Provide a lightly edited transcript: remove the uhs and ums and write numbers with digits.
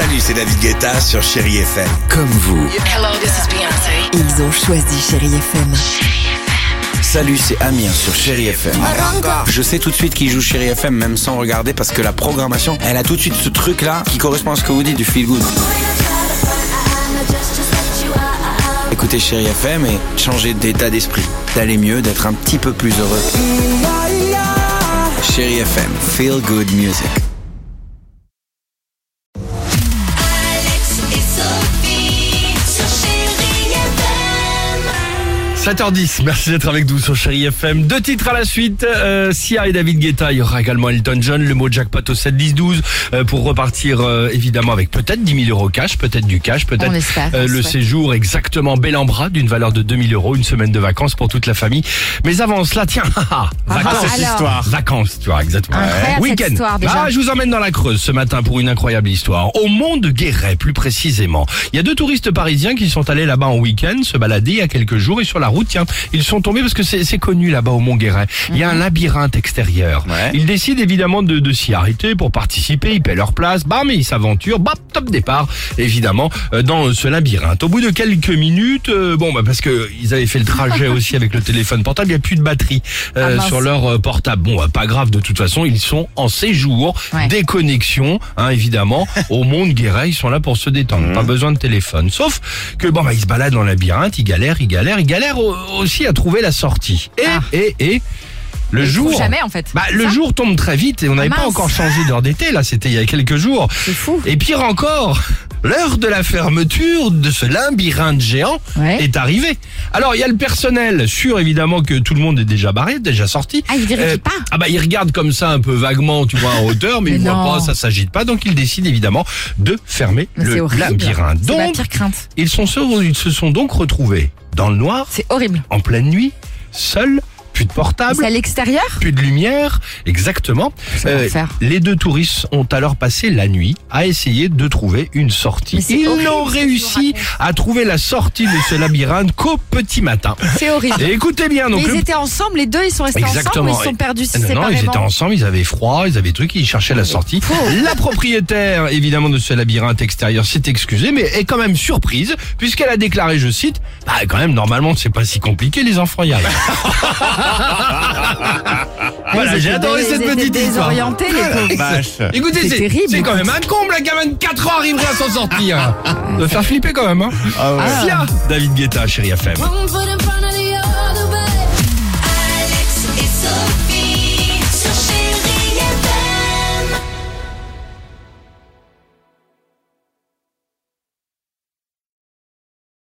Salut, c'est David Guetta sur Chérie FM. Comme vous. Hello, this is Beyoncé. Ils ont choisi Chérie FM. Salut, c'est Amir sur Chérie FM. Je sais tout de suite qui joue Chérie FM, même sans regarder, parce que la programmation, elle a tout de suite ce truc-là qui correspond à ce que vous dites du feel good. Écoutez Chérie FM et changez d'état d'esprit, d'aller mieux, d'être un petit peu plus heureux. Chérie FM, feel good music. 7h10, merci d'être avec nous sur Chérie FM. 2 titres à la suite, Sia et David Guetta. Il y aura également Elton John, le mot jackpot au 7-10-12 pour repartir évidemment avec peut-être 10 000 euros cash, peut-être du cash, peut-être le séjour exactement bel en bras d'une valeur de 2 000 euros, une semaine de vacances pour toute la famille. Mais avant cela, tiens, vacances, tu vois, exactement. Week-end. Je vous emmène dans la Creuse ce matin pour une incroyable histoire. Au Mont de Guéret, plus précisément. Il y a 2 touristes parisiens qui sont allés là-bas en week-end, se balader il y a quelques jours et sur la route, tiens, ils sont tombés parce que c'est connu là-bas au Mont Guéret. Il y a un labyrinthe extérieur. Ils décident évidemment de s'y arrêter pour participer, ils paient leur place, bam, et ils s'aventurent, bam, top départ, évidemment, dans ce labyrinthe. Au bout de quelques minutes, parce que ils avaient fait le trajet aussi avec le téléphone portable, il n'y a plus de batterie sur leur portable. Pas grave, de toute façon, ils sont en séjour, déconnexion, évidemment, au Mont de Guéret, ils sont là pour se détendre, pas besoin de téléphone. Sauf que, ils se baladent dans le labyrinthe, ils galèrent aussi à trouver la sortie. Et le jour, jamais, en fait. le jour tombe très vite et on n'avait pas encore changé d'heure d'été, là, c'était il y a quelques jours. C'est fou. Et pire encore, l'heure de la fermeture de ce labyrinthe géant est arrivée. Alors, il y a le personnel, sûr évidemment que tout le monde est déjà barré, déjà sorti. Il vérifie pas. Il regarde comme ça un peu vaguement, tu vois, en hauteur, mais il voit pas, ça s'agite pas, donc il décide évidemment de fermer le labyrinthe. C'est Donc, ma pire crainte. ils se sont donc retrouvés dans le noir. C'est horrible. En pleine nuit, seuls. Plus de portable, c'est à l'extérieur, plus de lumière, exactement. Les 2 touristes ont alors passé la nuit à essayer de trouver une sortie. Ils n'ont réussi à trouver la sortie de ce labyrinthe qu'au petit matin. C'est horrible. Et écoutez bien, donc ils étaient ensemble, les 2, ils sont restés ensemble, ou ils sont perdus séparément. Non, ils étaient ensemble, ils avaient froid, ils avaient trucs, ils cherchaient la sortie. La propriétaire, évidemment, de ce labyrinthe extérieur s'est excusée, mais est quand même surprise, puisqu'elle a déclaré, je cite, quand même, normalement, c'est pas si compliqué, les enfants y arrivent. Voilà, j'ai adoré cette petite histoire. Désorientés, les pauvres. Écoutez, c'est quand même un comble, un gamin de 4 ans arriverait à s'en sortir. De faire flipper quand même, Sia, David Guetta, Chérie FM.